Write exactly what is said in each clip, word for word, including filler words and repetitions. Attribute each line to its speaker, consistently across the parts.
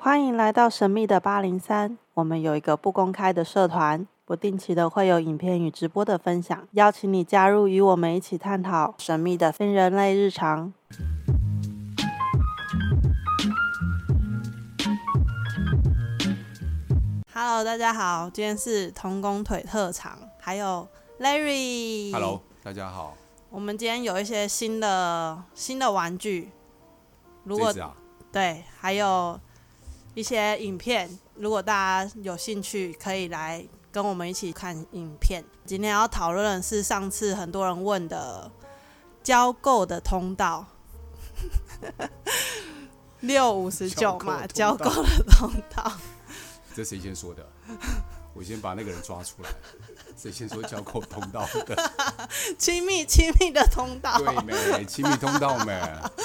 Speaker 1: 欢迎来到神秘的八零三，我们有一个不公开的社团，不定期的会有影片与直播的分享，邀请你加入，与我们一起探讨神秘的非人类日常。Hello， 大家好，今天是童工腿特长，还有 Larry。
Speaker 2: Hello， 大家好。
Speaker 1: 我们今天有一些新的新的玩具，如果、
Speaker 2: 啊、
Speaker 1: 对，还有一些影片，如果大家有兴趣，可以来跟我们一起看影片。今天要讨论的是上次很多人问的交购的通道，六五十九嘛，交购的通道。
Speaker 2: 这谁先说的？我先把那个人抓出来。谁先说交购通道的？
Speaker 1: 亲密亲密的通道。
Speaker 2: 对没？亲密通道没？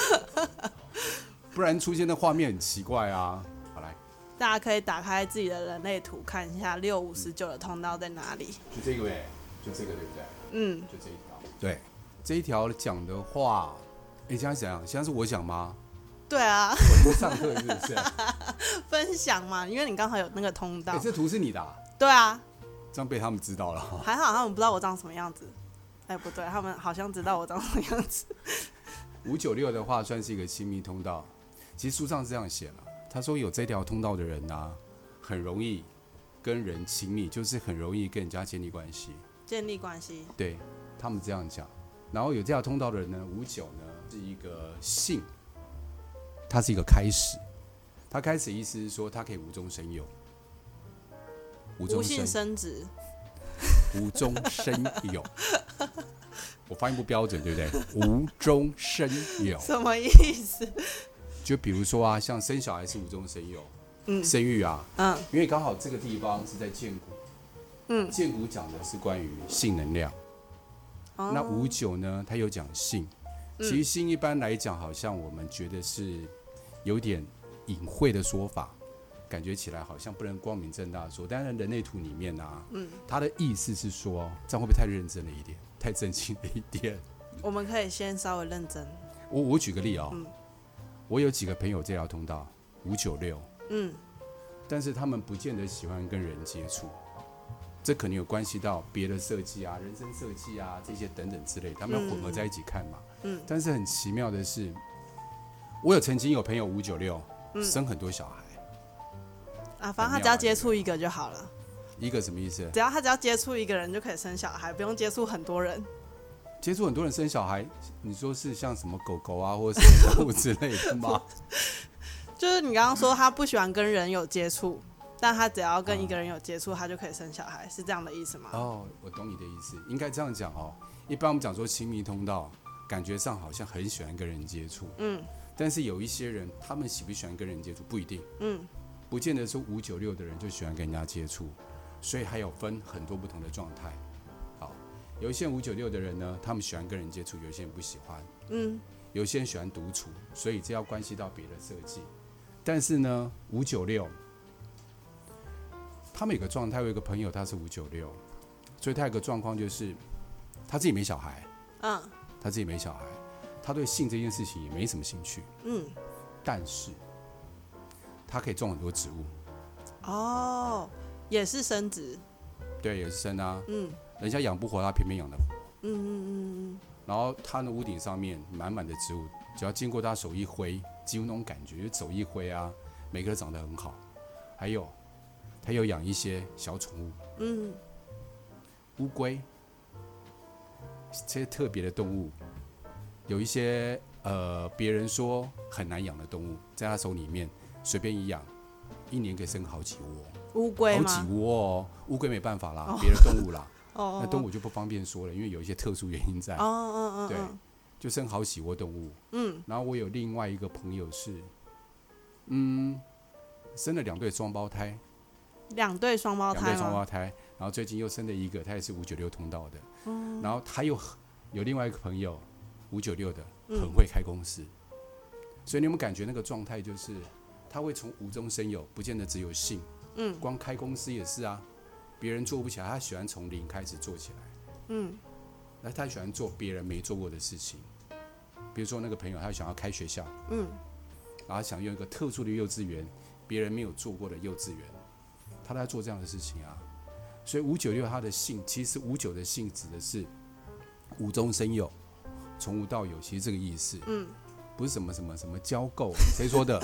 Speaker 2: 不然出现的画面很奇怪啊。好来，
Speaker 1: 大家可以打开自己的人类图看一下六五十九的通道在哪里。
Speaker 2: 就这个呗，就这个对不对？
Speaker 1: 嗯，
Speaker 2: 就这一条。对，这一条讲的话，哎，现在怎样？现在是我讲吗？
Speaker 1: 对啊，
Speaker 2: 我上课是不是？
Speaker 1: 分享嘛，因为你刚好有那个通道。
Speaker 2: 哎，这图是你的、啊？
Speaker 1: 对啊，
Speaker 2: 这样被他们知道了。
Speaker 1: 还好他们不知道我长什么样子。哎，不对，他们好像知道我长什么样子。
Speaker 2: 五九六的话算是一个亲密通道，其实书上是这样写了，他说有这条通道的人啊，很容易跟人亲密，就是很容易跟人家建立关系。
Speaker 1: 建立关系。
Speaker 2: 对，他们这样讲。然后有这条通道的人呢，五九呢是一个性。它是一个开始，它开始意思是说，它可以无中生有，
Speaker 1: 无中性生殖，
Speaker 2: 无中生有。我发音不标准，对不对？无中生有
Speaker 1: 什么意思？
Speaker 2: 就比如说啊，像生小孩是无中生有，嗯，生育啊，
Speaker 1: 嗯，
Speaker 2: 因为刚好这个地方是在剑骨，
Speaker 1: 嗯，
Speaker 2: 剑骨讲的是关于性能量，哦、那五九呢，它有讲性。其实性一般来讲，好像我们觉得是有点隐晦的说法，感觉起来好像不能光明正大的说。但是人类图里面啊，嗯，它的意思是说，这样会不会太认真了一点，太正经了一点？
Speaker 1: 我们可以先稍微认真。
Speaker 2: 我我举个例啊、哦嗯，我有几个朋友这条通道五九六，嗯，但是他们不见得喜欢跟人接触。这可能有关系到别的设计啊、人生设计啊这些等等之类，他们要混合在一起看嘛。嗯，但是很奇妙的是，我有曾经有朋友五九六生很多小孩，
Speaker 1: 啊，反正他只要接触一个就好了。
Speaker 2: 一个什么意思？
Speaker 1: 只要他只要接触一个人就可以生小孩，不用接触很多人。
Speaker 2: 接触很多人生小孩，你说是像什么狗狗啊，或者什么动物之类的吗？
Speaker 1: 就是你刚刚说他不喜欢跟人有接触。但他只要跟一个人有接触，他就可以生小孩，是这样的意思吗？
Speaker 2: 哦，我懂你的意思，应该这样讲哦。一般我们讲说亲密通道，感觉上好像很喜欢跟人接触，嗯，但是有一些人，他们喜不喜欢跟人接触不一定，嗯，不见得说五九六的人就喜欢跟人家接触，所以还有分很多不同的状态。好，有一些五九六的人呢，他们喜欢跟人接触，有一些人不喜欢，嗯，有些人喜欢独处，所以这要关系到别的设计。但是呢，五九六。他们有个状态，有一个朋友他是五九六，所以他有个状况就是他自己没小孩，嗯，他自己没小孩，他对性这件事情也没什么兴趣，嗯，但是他可以种很多植物，
Speaker 1: 哦，也是生殖，
Speaker 2: 对，也是生啊，嗯，人家养不活，他偏偏养得活，嗯嗯嗯嗯，然后他的屋顶上面满满的植物，只要经过他手一挥，几乎那种感觉，就手一挥啊，每个都长得很好，还有。他有养一些小宠物，嗯，乌龟，这些特别的动物，有一些呃，别人说很难养的动物，在他手里面随便一养，一年可以生好几窝。
Speaker 1: 乌龟吗？
Speaker 2: 好几窝哦，乌龟没办法啦，别、哦、的动物啦，哦，那动物就不方便说了，因为有一些特殊原因在。哦哦哦，对，就生好几窝动物。嗯，然后我有另外一个朋友是，嗯，生了两对双胞胎。
Speaker 1: 两对双胞胎，
Speaker 2: 两对双胞胎，然后最近又生了一个，他也是五九六通道的，嗯，然后他又有另外一个朋友五九六的，很会开公司，嗯，所以你有没有感觉那个状态就是，他会从无中生有，不见得只有性，嗯，光开公司也是啊，别人做不起来，他喜欢从零开始做起来，嗯，那他喜欢做别人没做过的事情，比如说那个朋友他想要开学校，嗯，然后想用一个特殊的幼稚园。 别人没有做过的幼稚园，他在做这样的事情啊。所以五九六它的性，其实五九的性指的是无中生有，从无到有，其实这个意思。嗯，不是什么什么什么交媾，谁说的？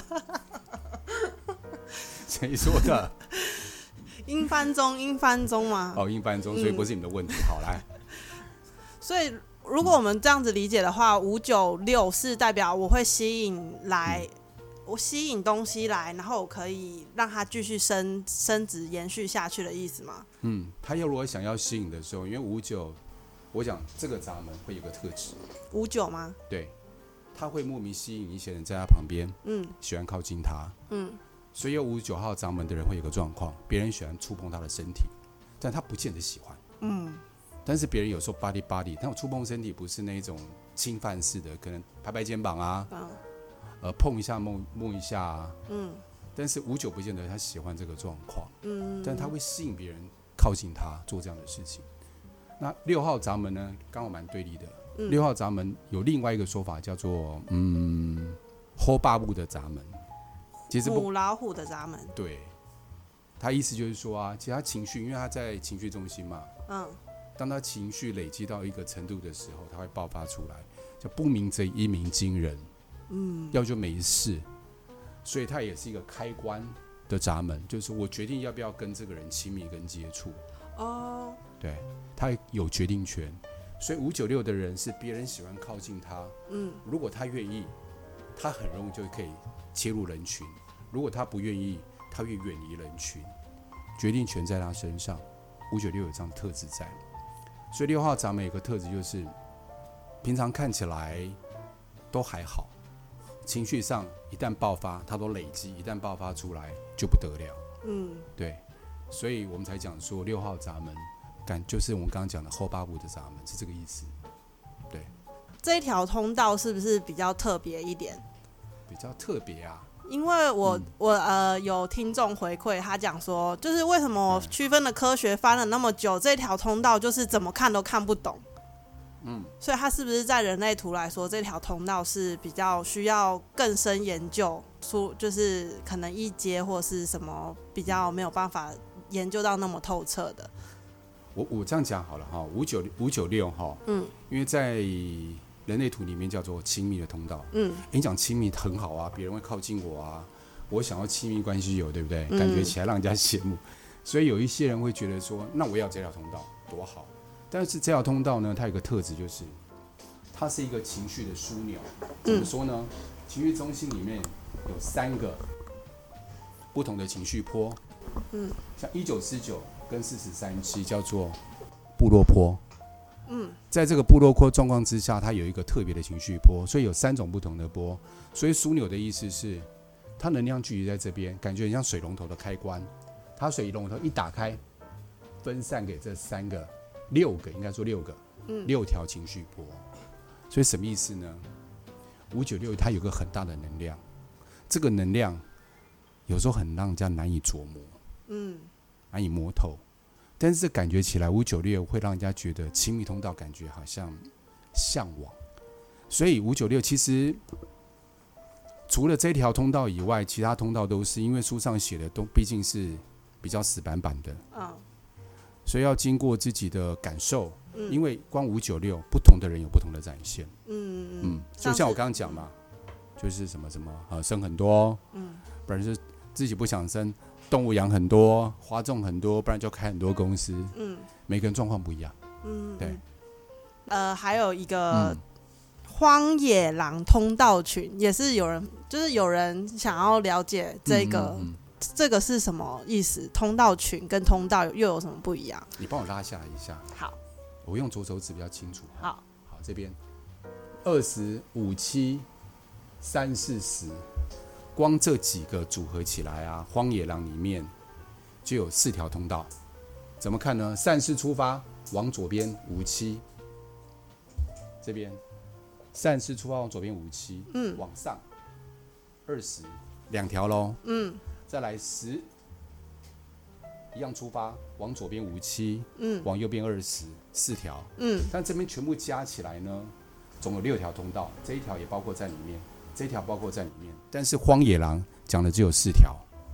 Speaker 2: 谁说的？
Speaker 1: 英翻中，英翻中嘛。
Speaker 2: 哦，英翻中，所以不是你们的问题。嗯、好，来。
Speaker 1: 所以，如果我们这样子理解的话，五九六是代表我会吸引来，嗯、我吸引东西来，然后我可以让它继续升升值、延续下去的意思吗？
Speaker 2: 嗯，他要如果想要吸引的时候，因为五九，我讲这个闸门会有个特质。
Speaker 1: 五九吗？
Speaker 2: 对，他会莫名吸引一些人在他旁边，嗯，喜欢靠近他，嗯，所以有五九号闸门的人会有个状况，别人喜欢触碰他的身体，但他不见得喜欢，嗯。但是别人有时候 body body， 但我触碰身体不是那种侵犯式的，可能拍拍肩膀啊，嗯、呃碰一下摸摸一下啊，嗯。但是五九不见得他喜欢这个状况，嗯，但他会吸引别人靠近他做这样的事情。那六号闸门呢，刚好蛮对立的。嗯、六号闸门有另外一个说法叫做嗯后八部的闸门，其实
Speaker 1: 母老虎的闸门。
Speaker 2: 对，他意思就是说啊，其实他情绪，因为他在情绪中心嘛，嗯。当他情绪累积到一个程度的时候，他会爆发出来，叫不鸣则一鸣惊人。嗯，要就没事，所以他也是一个开关的闸门，就是我决定要不要跟这个人亲密跟接触。哦，对，他有决定权。所以五九六的人是别人喜欢靠近他，嗯，如果他愿意，他很容易就可以切入人群；如果他不愿意，他会远离人群。决定权在他身上，五九六有这样的特质在。所以六号闸门有个特质就是，平常看起来都还好，情绪上一旦爆发，它都累积，一旦爆发出来就不得了。嗯，对，所以我们才讲说六号闸门感就是我们刚刚讲的后八部的闸门是这个意思。对，
Speaker 1: 这一条通道是不是比较特别一点？
Speaker 2: 比较特别啊。
Speaker 1: 因为我、嗯、我呃有听众回馈，他讲说，就是为什么区分的科学翻了那么久，这条通道就是怎么看都看不懂。嗯，所以他是不是在人类图来说，这条通道是比较需要更深研究，出就是可能一阶或是什么比较没有办法研究到那么透彻的。
Speaker 2: 我我这样讲好了哈，五九五九六哈，嗯，因为在人类图里面叫做亲密的通道，嗯，你讲亲密很好啊，别人会靠近我啊，我想要亲密关系有，对不对？感觉起来让人家羡慕，嗯、所以有一些人会觉得说，那我要这条通道多好。但是这条通道呢，它有一个特质就是，它是一个情绪的枢纽。怎么说呢？嗯、情绪中心里面有三个不同的情绪波，嗯，像一九四九跟四十三七叫做部落波。嗯，在这个部落波状况之下，它有一个特别的情绪波，所以有三种不同的波。所以枢纽的意思是，它能量聚集在这边，感觉很像水龙头的开关。它水龙头一打开，分散给这三个、六个，应该说六个，嗯，六条情绪波。所以什么意思呢？五九六它有个很大的能量，这个能量有时候很让人家难以琢磨，嗯，难以摸透。但是感觉起来，五九六会让人家觉得亲密通道，感觉好像向往。所以五九六其实除了这条通道以外，其他通道都是因为书上写的都毕竟是比较死板板的，嗯，所以要经过自己的感受。嗯、因为光五九六，不同的人有不同的展现。嗯嗯嗯，就像我刚刚讲嘛，就是什么什么啊，生很多，嗯，不然是自己不想生。动物养很多，花种很多，不然就开很多公司。嗯，每个人状况不一样。嗯，对。
Speaker 1: 呃，还有一个荒野狼通道群，也是有人，就是有人想要了解这个，嗯嗯嗯这个是什么意思？通道群跟通道又有什么不一样？
Speaker 2: 你帮我拉下来一下。
Speaker 1: 好，
Speaker 2: 我用左手指比较清楚。
Speaker 1: 好，
Speaker 2: 好，这边二十五七三四十。光这几个组合起来啊，荒野狼里面就有四条通道。怎么看呢？善事出发，往左边五七，这边善事出发往左边五七，嗯，往上二十，两条喽，嗯，再来十，一样出发往左边五七，嗯，往右边二十，四条，嗯，但这边全部加起来呢，总有六条通道，这一条也包括在里面。这条包括在里面，但是荒野狼讲的只有四条，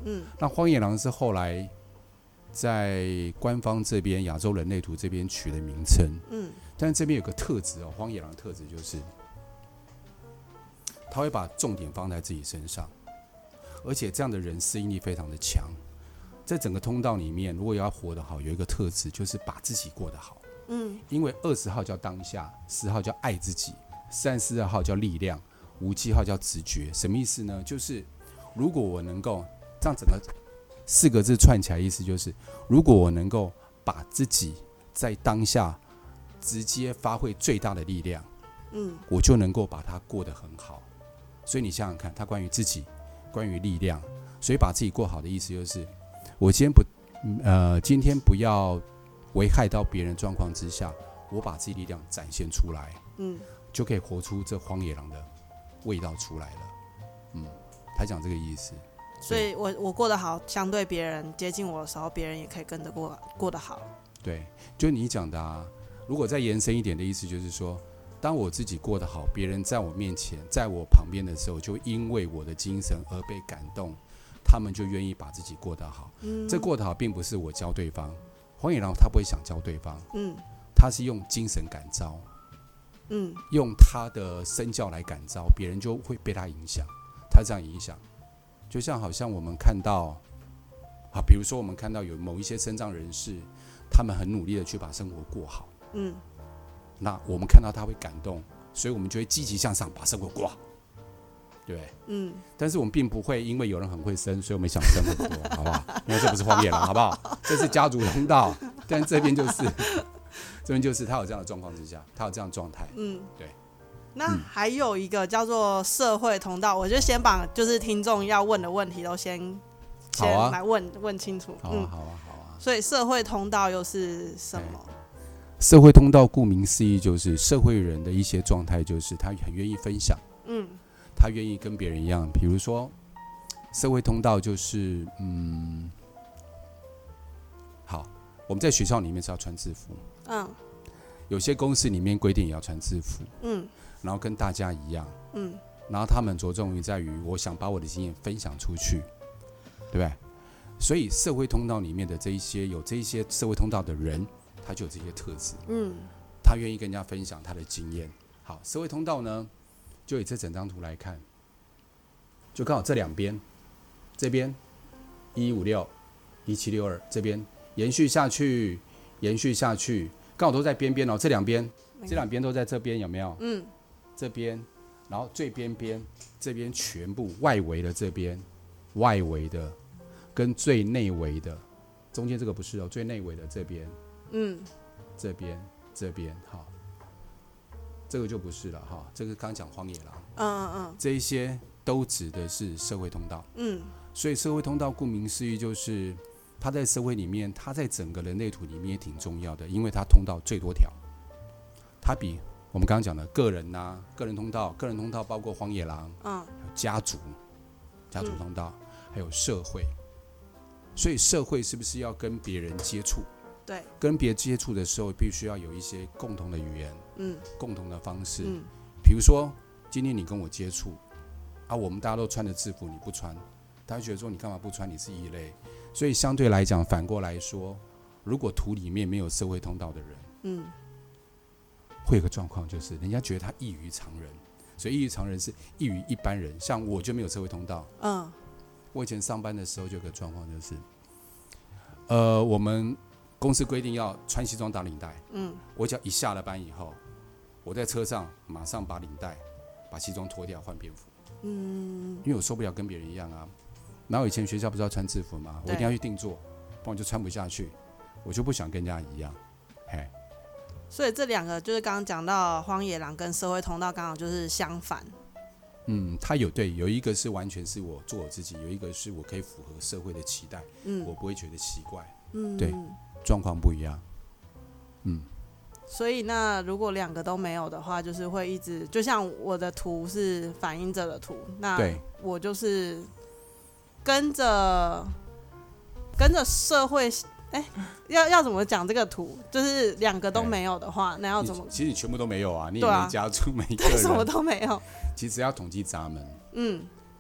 Speaker 1: 嗯，
Speaker 2: 那荒野狼是后来在官方这边亚洲人类图这边取的名称。嗯，但是这边有个特质哦，荒野狼特质就是他会把重点放在自己身上，而且这样的人适应力非常的强。在整个通道里面，如果要活得好，有一个特质就是把自己过得好。嗯，因为二十号叫当下，十号叫爱自己，三十二号叫力量，五十七号叫直觉。什么意思呢？就是如果我能够这样整个四个字串起来，意思就是如果我能够把自己在当下直接发挥最大的力量，嗯，我就能够把它过得很好。所以你想想看，它关于自己，关于力量，所以把自己过好的意思就是，我今天不，呃，今天不要危害到别人状况之下，我把自己力量展现出来，嗯，就可以活出这荒野狼的味道出来了。嗯，他讲这个意思。
Speaker 1: 所以我我过得好，相对别人接近我的时候，别人也可以跟着过过得好。
Speaker 2: 对，就你讲的啊。如果再延伸一点的意思，就是说，当我自己过得好，别人在我面前，在我旁边的时候，就因为我的精神而被感动，他们就愿意把自己过得好。嗯，这过得好，并不是我教对方，荒野狼他不会想教对方，嗯，他是用精神感召，嗯，用他的身教来感召，别人就会被他影响，他这样影响。就像好像我们看到啊，比如说我们看到有某一些身障人士，他们很努力的去把生活过好，嗯，那我们看到他会感动，所以我们就会积极向上把生活过好，对不对？嗯。但是我们并不会因为有人很会生，所以我们想生活过，好不好？因为这不是荒野狼，好不好？这是家族通道，但这边就是这边就是他有这样的状况之下，他有这样的状态，嗯，对。
Speaker 1: 那还有一个叫做社会通道，我就先把就是听众要问的问题都先先来问、啊、问清楚。
Speaker 2: 好啊，好啊，好啊。
Speaker 1: 所以社会通道又是什么？
Speaker 2: 社会通道顾名思义就是社会人的一些状态，就是他很愿意分享，嗯，他愿意跟别人一样。比如说，社会通道就是嗯，好，我们在学校里面是要穿制服，嗯，有些公司里面规定也要穿制服，嗯。然后跟大家一样，嗯，然后他们着重于在于，我想把我的经验分享出去，对不对？所以社会通道里面的这一些有这一些社会通道的人，他就有这些特质，嗯，他愿意跟人家分享他的经验。好，社会通道呢，就以这整张图来看，就刚好这两边，这边一五六、一七六二这边延续下去，延续下去，刚好都在边边哦，这两边，这两边都在这边，有没有？嗯。这边，然后最边边这边全部外围的这边，外围的跟最内围的，中间这个不是哦，最内围的这边，嗯，这边这边好，这个就不是了哈，这个刚刚讲荒野狼，嗯嗯嗯，这一些都指的是社会通道，嗯，所以社会通道顾名思义就是它在社会里面，它在整个人类图里面也挺重要的，因为它通道最多条，它比我们刚刚讲的个人呐、啊，个人通道，个人通道包括荒野狼，嗯，家族，家族通道，嗯、还有社会。所以社会是不是要跟别人接触？
Speaker 1: 对，
Speaker 2: 跟别人接触的时候，必须要有一些共同的语言，嗯，共同的方式。
Speaker 1: 嗯，
Speaker 2: 比如说，今天你跟我接触，啊，我们大家都穿着制服，你不穿，他会觉得说你干嘛不穿？你是异类。所以相对来讲，反过来说，如果图里面没有社会通道的人，嗯。会有个状况，就是人家觉得他异于常人，所以异于常人是异于一般人。像我就没有社会通道，嗯，我以前上班的时候就有个状况，就是，呃，我们公司规定要穿西装打领带，嗯，我只要一下了班以后，我在车上马上把领带、把西装脱掉换便服，嗯，因为我受不了跟别人一样啊。然后以前学校不是要穿制服吗？我一定要去定做，不然我就穿不下去，我就不想跟人家一样，嘿。
Speaker 1: 所以这两个就是刚刚讲到荒野狼跟社会通道刚好就是相反。
Speaker 2: 嗯，它有对，有一个是完全是我做我自己，有一个是我可以符合社会的期待，嗯，我不会觉得奇怪，嗯，对，状况不一样，嗯。
Speaker 1: 所以那如果两个都没有的话，就是会一直就像我的图是反映者的图，那我就是跟着跟着社会。哎，要要怎么讲这个图？就是两个都没有的话，那要怎么？
Speaker 2: 其实你全部都没有啊，你也没加注每一个人，
Speaker 1: 什么都没有。
Speaker 2: 其实要统计闸门，嗯，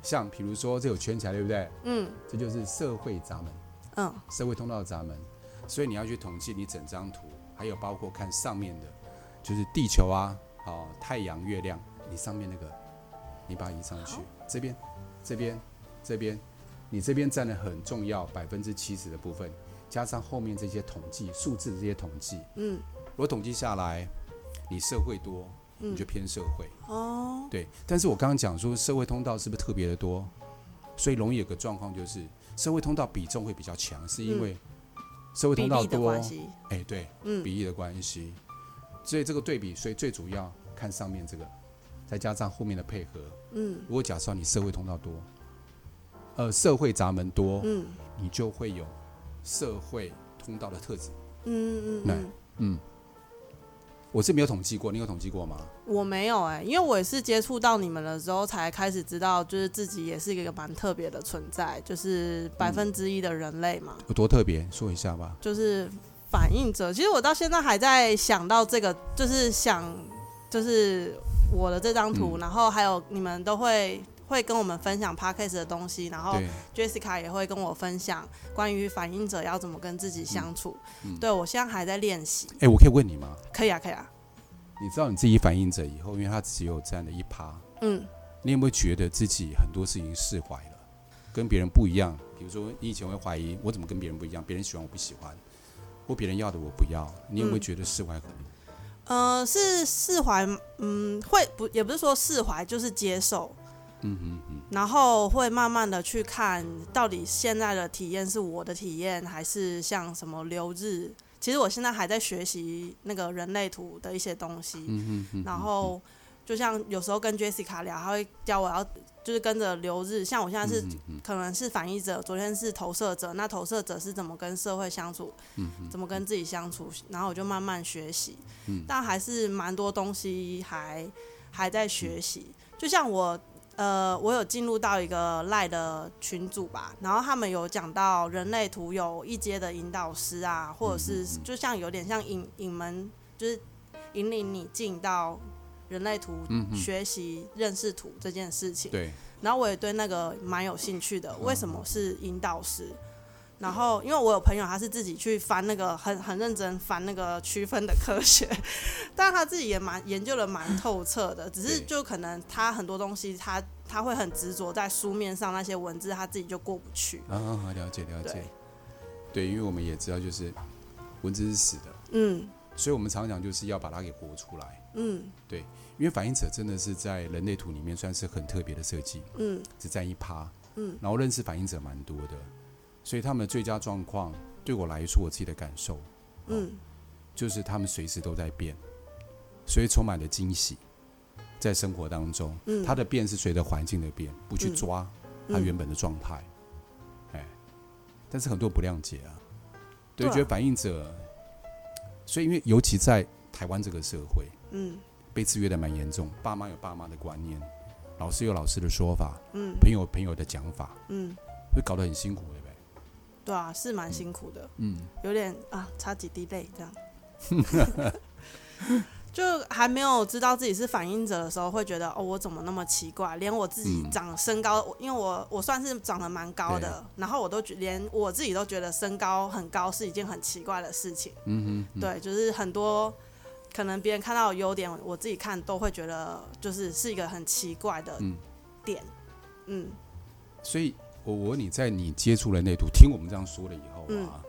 Speaker 2: 像比如说这有圈起来，对不对？
Speaker 1: 嗯，
Speaker 2: 这就是社会闸门，
Speaker 1: 嗯，
Speaker 2: 社会通道的闸门。所以你要去统计你整张图，还有包括看上面的，就是地球啊，哦，太阳、月亮，你上面那个，你把它移上去，这边、这边、这边，你这边占了很重要百分之七十的部分，加上后面这些统计数字的这些统计，嗯，如果统计下来，你社会多，你就偏社会。哦，对。但是我刚刚讲说社会通道是不是特别的多？所以容易有个状况就是社会通道比重会比较强，是因为社会通道多，哎、欸，对，嗯，比例的关系。所以这个对比，所以最主要看上面这个，再加上后面的配合。嗯，如果假设你社会通道多，呃，社会闸门多，嗯，你就会有社会通道的特质。嗯嗯嗯，嗯。我是没有统计过，你有统计过吗？
Speaker 1: 我没有哎、欸，因为我也是接触到你们的时候才开始知道，就是自己也是一个蛮特别的存在，就是百分之一的人类嘛。
Speaker 2: 有多特别？说一下吧。
Speaker 1: 就是反应者，其实我到现在还在想到这个，就是想，就是我的这张图，嗯、然后还有你们都会。会跟我们分享 podcast 的东西，然后 Jessica 也会跟我分享关于反应者要怎么跟自己相处。嗯嗯、对，我现在还在练习。
Speaker 2: 哎、欸，我可以问你吗？
Speaker 1: 可以啊，可以啊。
Speaker 2: 你知道你自己反应者以后，因为他只有占了一趴，嗯，你有没有觉得自己很多事情释怀了，跟别人不一样？比如说，你以前会怀疑我怎么跟别人不一样，别人喜欢我不喜欢，或别人要的我不要，你有没有觉得释怀很多？
Speaker 1: 嗯、呃，是释怀，嗯，会不也不是说释怀，就是接受。嗯嗯嗯，然后会慢慢的去看到底现在的体验是我的体验，还是像什么流日。其实我现在还在学习那个人类图的一些东西。嗯嗯嗯。然后就像有时候跟 Jessica 聊，他会教我要就是跟着流日。像我现在是可能是反应者，昨天是投射者，那投射者是怎么跟社会相处，怎么跟自己相处，然后我就慢慢学习。嗯。但还是蛮多东西还还在学习，就像我。呃，我有进入到一个赖的群组吧，然后他们有讲到人类图有一阶的引导师啊，或者是就像有点像引引门，就是引领你进到人类图学习认识图这件事情。对。然后我也对那个蛮有兴趣的，为什么是引导师？然后，因为我有朋友，他是自己去翻那个很很认真翻那个区分的科学，但他自己也蛮研究的蛮透彻的。只是就可能他很多东西他，他他会很执着在书面上那些文字，他自己就过不去。
Speaker 2: 啊，了解了解。对，因为我们也知道，就是文字是死的，
Speaker 1: 嗯，
Speaker 2: 所以我们常讲就是要把它给活出来，嗯，对，因为反应者真的是在人类图里面算是很特别的设计，嗯，只占一趴，嗯，然后认识反应者蛮多的。所以他们的最佳状况，对我来说，我自己的感受，嗯，就是他们随时都在变，所以充满了惊喜，在生活当中，嗯，它的变是随着环境的变，不去抓它原本的状态，哎、嗯，但是很多人不谅解啊，对，觉得反应者，所以因为尤其在台湾这个社会，嗯，被制约的蛮严重，爸妈有爸妈的观念，老师有老师的说法，嗯，朋友有朋友的讲法，嗯，会搞得很辛苦，对不对？
Speaker 1: 对啊，是蛮辛苦的，嗯，有点啊，差几滴泪这样，就还没有知道自己是反应者的时候，会觉得哦，我怎么那么奇怪？连我自己长身高，嗯、因为我我算是长得蛮高的，然后我都连我自己都觉得身高很高是一件很奇怪的事情，嗯嗯，对，就是很多可能别人看到的优点，我自己看都会觉得就是是一个很奇怪的点，嗯，嗯
Speaker 2: 所以。我问你，在你接触人类图，听我们这样说了以后啊，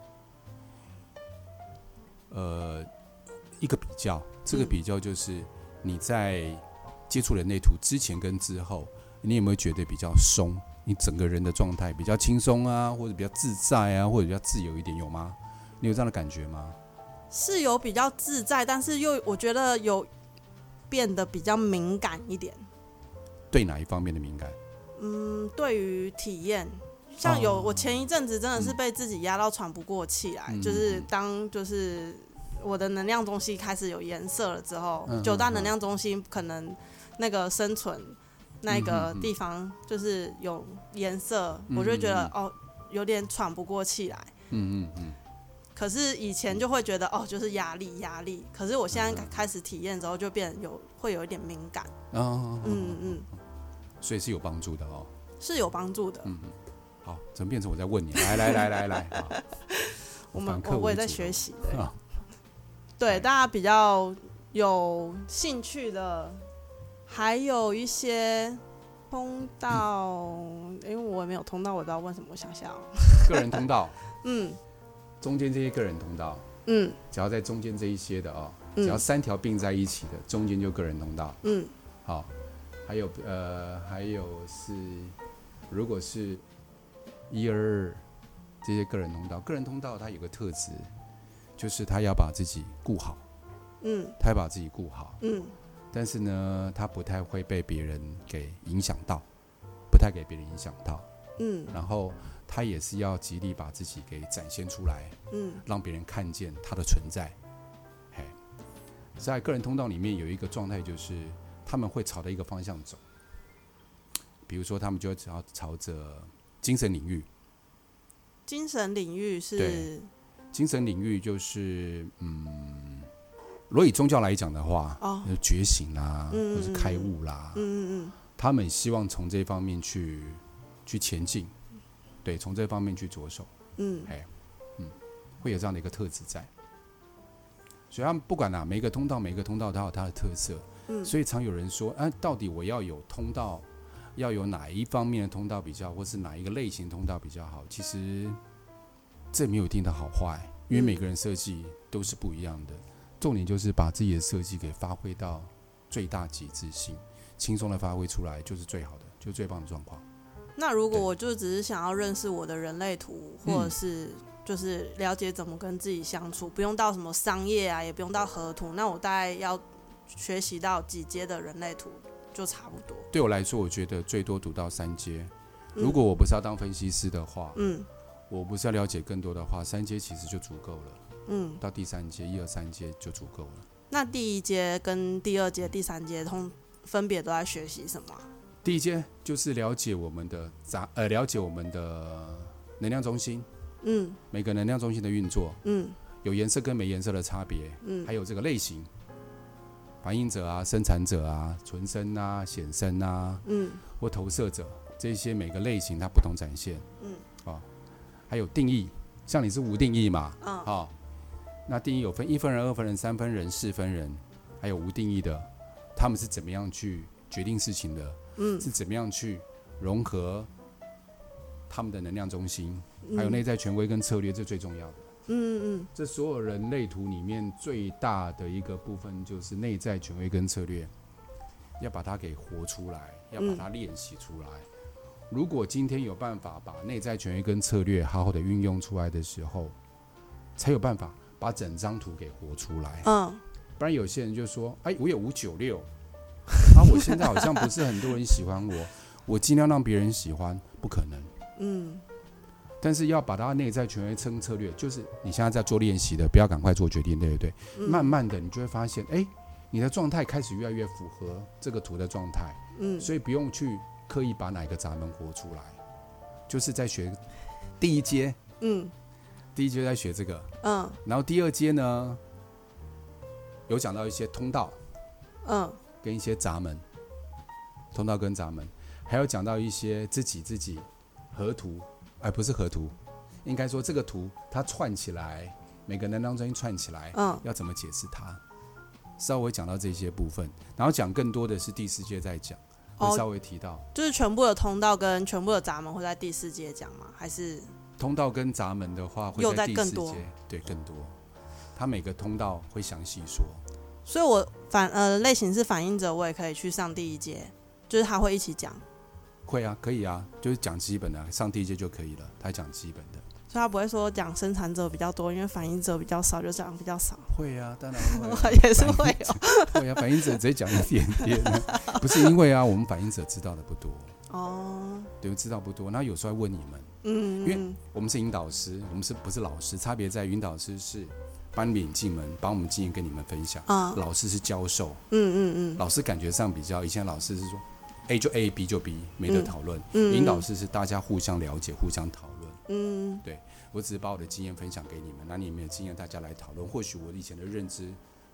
Speaker 2: 嗯、呃，一个比较，这个比较就是你在接触人类图之前跟之后，你有没有觉得比较松？你整个人的状态比较轻松啊，或者比较自在啊，或者比较自由一点，有吗？你有这样的感觉吗？
Speaker 1: 是有比较自在，但是又我觉得有变得比较敏感一点。
Speaker 2: 对哪一方面的敏感？
Speaker 1: 嗯，对于体验，像有、哦、我前一阵子真的是被自己压到喘不过气来，嗯、就是当就是我的能量中心开始有颜色了之后，嗯、九大能量中心可能那个生存那个地方就是有颜色，嗯、我就觉得哦有点喘不过气来。嗯嗯嗯。可是以前就会觉得哦就是压力压力，可是我现在开始体验之后就变有会有一点敏感。哦，嗯嗯。
Speaker 2: 所以是有帮助的哦。
Speaker 1: 是有帮助的。
Speaker 2: 嗯，好，怎么变成我在问你？来来来来来，
Speaker 1: 我们我也在学习的。
Speaker 2: 啊、
Speaker 1: 对，大家比较有兴趣的，还有一些通道，嗯、因为我也没有通道，我不知道问什么，我想想、哦。
Speaker 2: 个人通道，
Speaker 1: 嗯，
Speaker 2: 中间这些个人通道，
Speaker 1: 嗯，
Speaker 2: 只要在中间这一些的哦，只要三条并在一起的，中间就个人通道。
Speaker 1: 嗯，
Speaker 2: 好，还有呃，还有是，如果是一二二这些个人通道，个人通道它有个特质，就是他要把自己顾好，
Speaker 1: 嗯，
Speaker 2: 他要把自己顾好，
Speaker 1: 嗯，
Speaker 2: 但是呢，他不太会被别人给影响到，不太给别人影响到，
Speaker 1: 嗯，
Speaker 2: 然后他也是要极力把自己给展现出来，
Speaker 1: 嗯，让
Speaker 2: 别人看见他的存在。嘿，在个人通道里面有一个状态，就是他们会朝着一个方向走，比如说他们就会朝朝着精神领域。
Speaker 1: 精神领域是？
Speaker 2: 对，精神领域就是嗯，如果以宗教来讲的话，哦，觉醒啦，嗯嗯嗯，或是开悟啦，嗯嗯嗯，他们希望从这方面去去前进，对，从这方面去着手，嗯，哎，嗯，会有这样的一个特质在。所以他们不管哪、啊、每一个通道，每一个通道它有它的特色，嗯，所以常有人说，啊，到底我要有通道，要有哪一方面的通道比较，或是哪一个类型通道比较好？其实这没有一定的好坏，因为每个人设计都是不一样的。重点就是把自己的设计给发挥到最大极致性，轻松的发挥出来就是最好的，就是最棒的状况。
Speaker 1: 那如果我就只是想要认识我的人类图，或者是就是了解怎么跟自己相处，不用到什么商业啊，也不用到合图，那我大概要学习到几阶的人类图就差不多？
Speaker 2: 对我来说，我觉得最多读到三阶。如果我不是要当分析师的话，嗯，我不是要了解更多的话，三阶其实就足够了。嗯，到第三阶，一二三阶就足够了。
Speaker 1: 那第一阶跟第二阶、第三阶通分别都在学习什么？
Speaker 2: 第一阶就是了解我们的杂呃，了解我们的能量中心，嗯，每个能量中心的运作，嗯，有颜色跟没颜色的差别，嗯，还有这个类型，反映者啊、生产者啊、存身啊、显身啊，嗯，或投射者，这些每个类型它不同展现，嗯，哦，还有定义，像你是无定义嘛，嗯，哦，那定义有分一分人、二分人、三分人、四分人，还有无定义的，他们是怎么样去决定事情的？嗯，是怎么样去融合他们的能量中心，嗯，还有内在权威跟策略，这最重要的。嗯嗯，这所有人类图里面最大的一个部分就是内在权威跟策略，要把它给活出来，要把它练习出来。嗯，如果今天有办法把内在权威跟策略好好的运用出来的时候，才有办法把整张图给活出来。嗯，不然有些人就说：“哎，我有五九六。”啊，我现在好像不是很多人喜欢我，我尽量让别人喜欢，不可能。嗯，但是要把它内在权威称策略，就是你现在在做练习的，不要赶快做决定，对不对？嗯，慢慢的，你就会发现，哎，你的状态开始越来越符合这个图的状态。嗯，所以不用去刻意把哪一个闸门活出来，就是在学第一阶。嗯，第一阶在学这个。嗯，然后第二阶呢，有讲到一些通道。嗯。跟一些闸门，通道跟闸门，还有讲到一些自己自己合图，哎，不是合图，应该说这个图它串起来，每个能量中心串起来，嗯，要怎么解释它？稍微讲到这些部分，然后讲更多的是第四阶在讲，会稍微提到，哦，
Speaker 1: 就是全部的通道跟全部的闸门会在第四阶讲吗？还是
Speaker 2: 通道跟闸门的话会在第四阶，对，更多，它每个通道会详细说。
Speaker 1: 所以我反呃类型是反应者，我也可以去上第一阶，就是他会一起讲。
Speaker 2: 会啊，可以啊，就是讲基本的，上第一阶就可以了。他讲基本的，
Speaker 1: 所以他不会说讲生产者比较多，因为反应者比较少，就讲比较少。
Speaker 2: 会啊，当然会，
Speaker 1: 啊，也是会
Speaker 2: 有。会啊，反应者直接讲一点点，不是因为啊，我们反应者知道的不多哦，对，知道不多。那有时候会问你们，嗯，因为我们是引导师，我们是不是老师？差别在引导师是帮你引进门，把我们经验跟你们分享。啊，老师是教授，嗯嗯嗯，老师感觉上比较，以前老师是说 A 就 A，B 就 B， 没得讨论。嗯，引导师是大家互相了解，互相讨论。嗯，对，我只是把我的经验分享给你们，那你们的经验大家来讨论。或许我以前的认知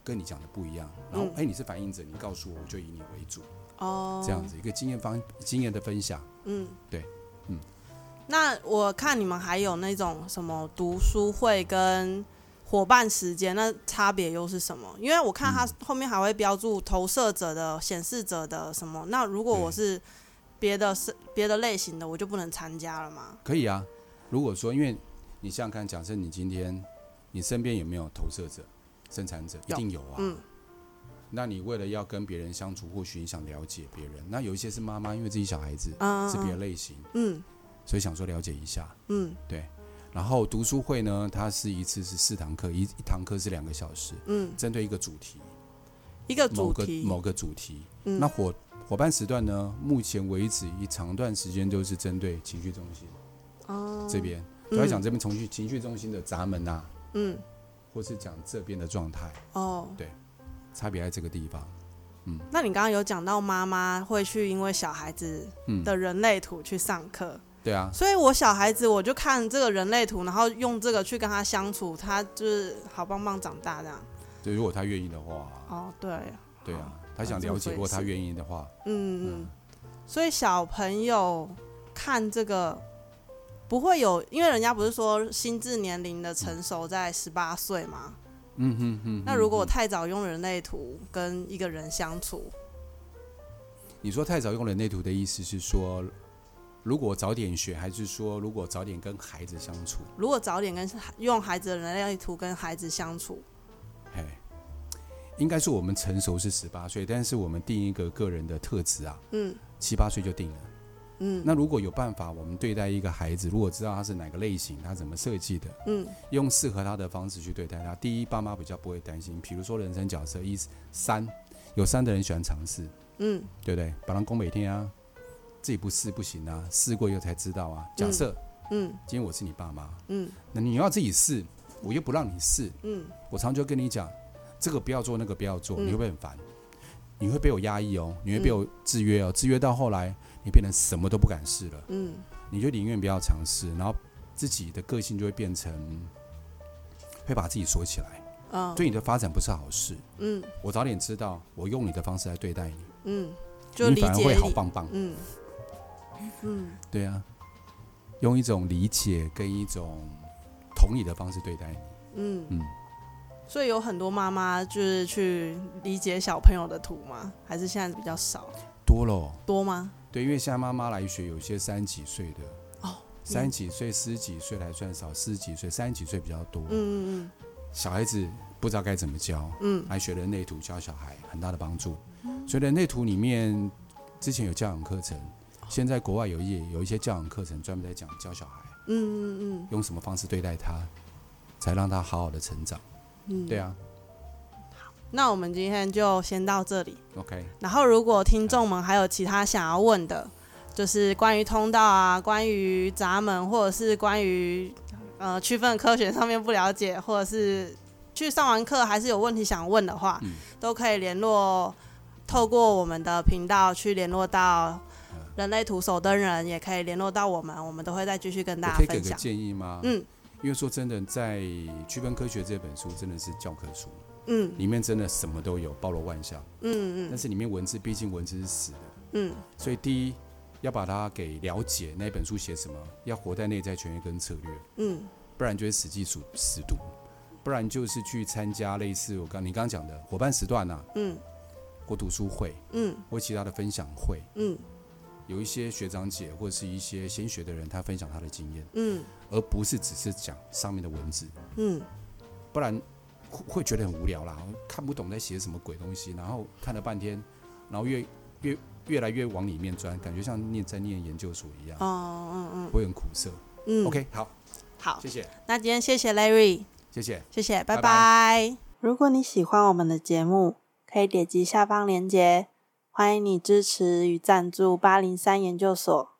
Speaker 2: 跟你讲的不一样，然后哎、嗯，你是反映者，你告诉我，我就以你为主。
Speaker 1: 哦，
Speaker 2: 这样子一个经验方经验的分享。嗯，对，嗯。
Speaker 1: 那我看你们还有那种什么读书会跟伙伴时间，那差别又是什么？因为我看它后面还会标注投射者的、显示者的什么。那如果我是别的是别的类型的，我就不能参加了吗？
Speaker 2: 可以啊。如果说，因为你想想看，假设你今天你身边有没有投射者？生产者一定有啊，嗯，那你为了要跟别人相处，或许你想了解别人，那有一些是妈妈，因为自己小孩子、嗯、是别的类型，嗯，所以想说了解一下，嗯，对。然后读书会呢，它是一次是四堂课，一一堂课是两个小时，嗯，针对一个主题，
Speaker 1: 一个主题，
Speaker 2: 某个某个主题。嗯、那伙伙伴时段呢，目前为止一长段时间都是针对情绪中心，哦，这边都在讲这边情绪情绪中心的闸门啊，嗯。或是讲这边的状态哦，对，差别在这个地方。嗯，
Speaker 1: 那你刚刚有讲到妈妈会去因为小孩子的人类图去上课、嗯，
Speaker 2: 对啊，
Speaker 1: 所以我小孩子我就看这个人类图，然后用这个去跟他相处，他就是好棒棒长大这样。
Speaker 2: 对，如果他愿意的话。
Speaker 1: 哦，对，
Speaker 2: 对啊，他想了解，如果他愿意的话，
Speaker 1: 嗯嗯，所以小朋友看这个。不会有，因为人家不是说心智年龄的成熟在十八岁吗？嗯哼哼。那如果我太早用人类图跟一个人相处，
Speaker 2: 你说太早用人类图的意思是说，如果早点学，还是说如果早点跟孩子相处？
Speaker 1: 如果早点跟用孩子的人类图跟孩子相处，
Speaker 2: 嘿，应该是我们成熟是十八岁，但是我们定一个个人的特质啊，嗯，七八岁就定了。嗯，那如果有办法，我们对待一个孩子，如果知道他是哪个类型，他怎么设计的，嗯，用适合他的方式去对待他。第一，爸妈比较不会担心，比如说人生角色一三，有三的人喜欢尝试，嗯，对不对？把人攻每天啊，自己不试不行啊，试过以后才知道啊。假设，嗯，今天我是你爸妈，嗯，那你要自己试，我又不让你试，嗯，我常就跟你讲，这个不要做，那个不要做，你会不会很烦？你会被我压抑哦，你会被我制约哦，制约到后来。你变成什么都不敢试了，嗯，你就宁愿不要尝试，然后自己的个性就会变成会把自己锁起来，嗯，对你的发展不是好事，嗯，我早点知道，我用你的方式来对待你，嗯，就理解你，你反而会好棒棒，嗯嗯，对啊，用一种理解跟一种同理的方式对待你，嗯嗯，
Speaker 1: 所以有很多妈妈就是去理解小朋友的图吗？还是现在比较少？
Speaker 2: 多了，
Speaker 1: 多吗？
Speaker 2: 对，因为现在妈妈来学，有些三十几岁的，哦，三十几岁、四十几岁还算少，四十几岁、三十几岁比较多。嗯嗯嗯。小孩子不知道该怎么教，嗯，来学人类图教小孩很大的帮助。嗯、所以人类图里面之前有教养课程，现在国外有一有一些教养课程专门在讲教小孩，嗯嗯嗯，用什么方式对待他，才让他好好的成长。嗯，对啊。
Speaker 1: 那我们今天就先到这里
Speaker 2: ，OK。
Speaker 1: 然后，如果听众们还有其他想要问的，就是关于通道啊，关于闸门，或者是关于呃区分科学上面不了解，或者是去上完课还是有问题想问的话，嗯、都可以联络，透过我们的频道去联络到人类图手灯人，也可以联络到我们，我们都会再继续跟大家分享。
Speaker 2: 我可以给个建议吗？嗯，因为说真的，在《区分科学》这本书真的是教科书。嗯，里面真的什么都有，包罗万象。嗯嗯，但是里面文字，毕竟文字是死的。嗯，所以第一要把它给了解，那本书写什么，要活在内在权威跟策略。嗯，不然就是死记死死读，不然就是去参加类似我刚你刚刚讲的伙伴时段啊，嗯，或读书会，嗯，或其他的分享会，嗯，有一些学长姐或是一些先学的人，他分享他的经验，嗯，而不是只是讲上面的文字，嗯，不然。会觉得很无聊啦，看不懂在写什么鬼东西，然后看了半天，然后越越越来越往里面钻，感觉像念在念研究所一样，哦嗯嗯，会很苦涩。嗯 ，OK， 好，
Speaker 1: 好，
Speaker 2: 谢谢。
Speaker 1: 那今天谢谢 Larry，
Speaker 2: 谢谢，
Speaker 1: 谢谢，拜拜。拜拜。如果你喜欢我们的节目，可以点击下方连结，欢迎你支持与赞助八零三研究所。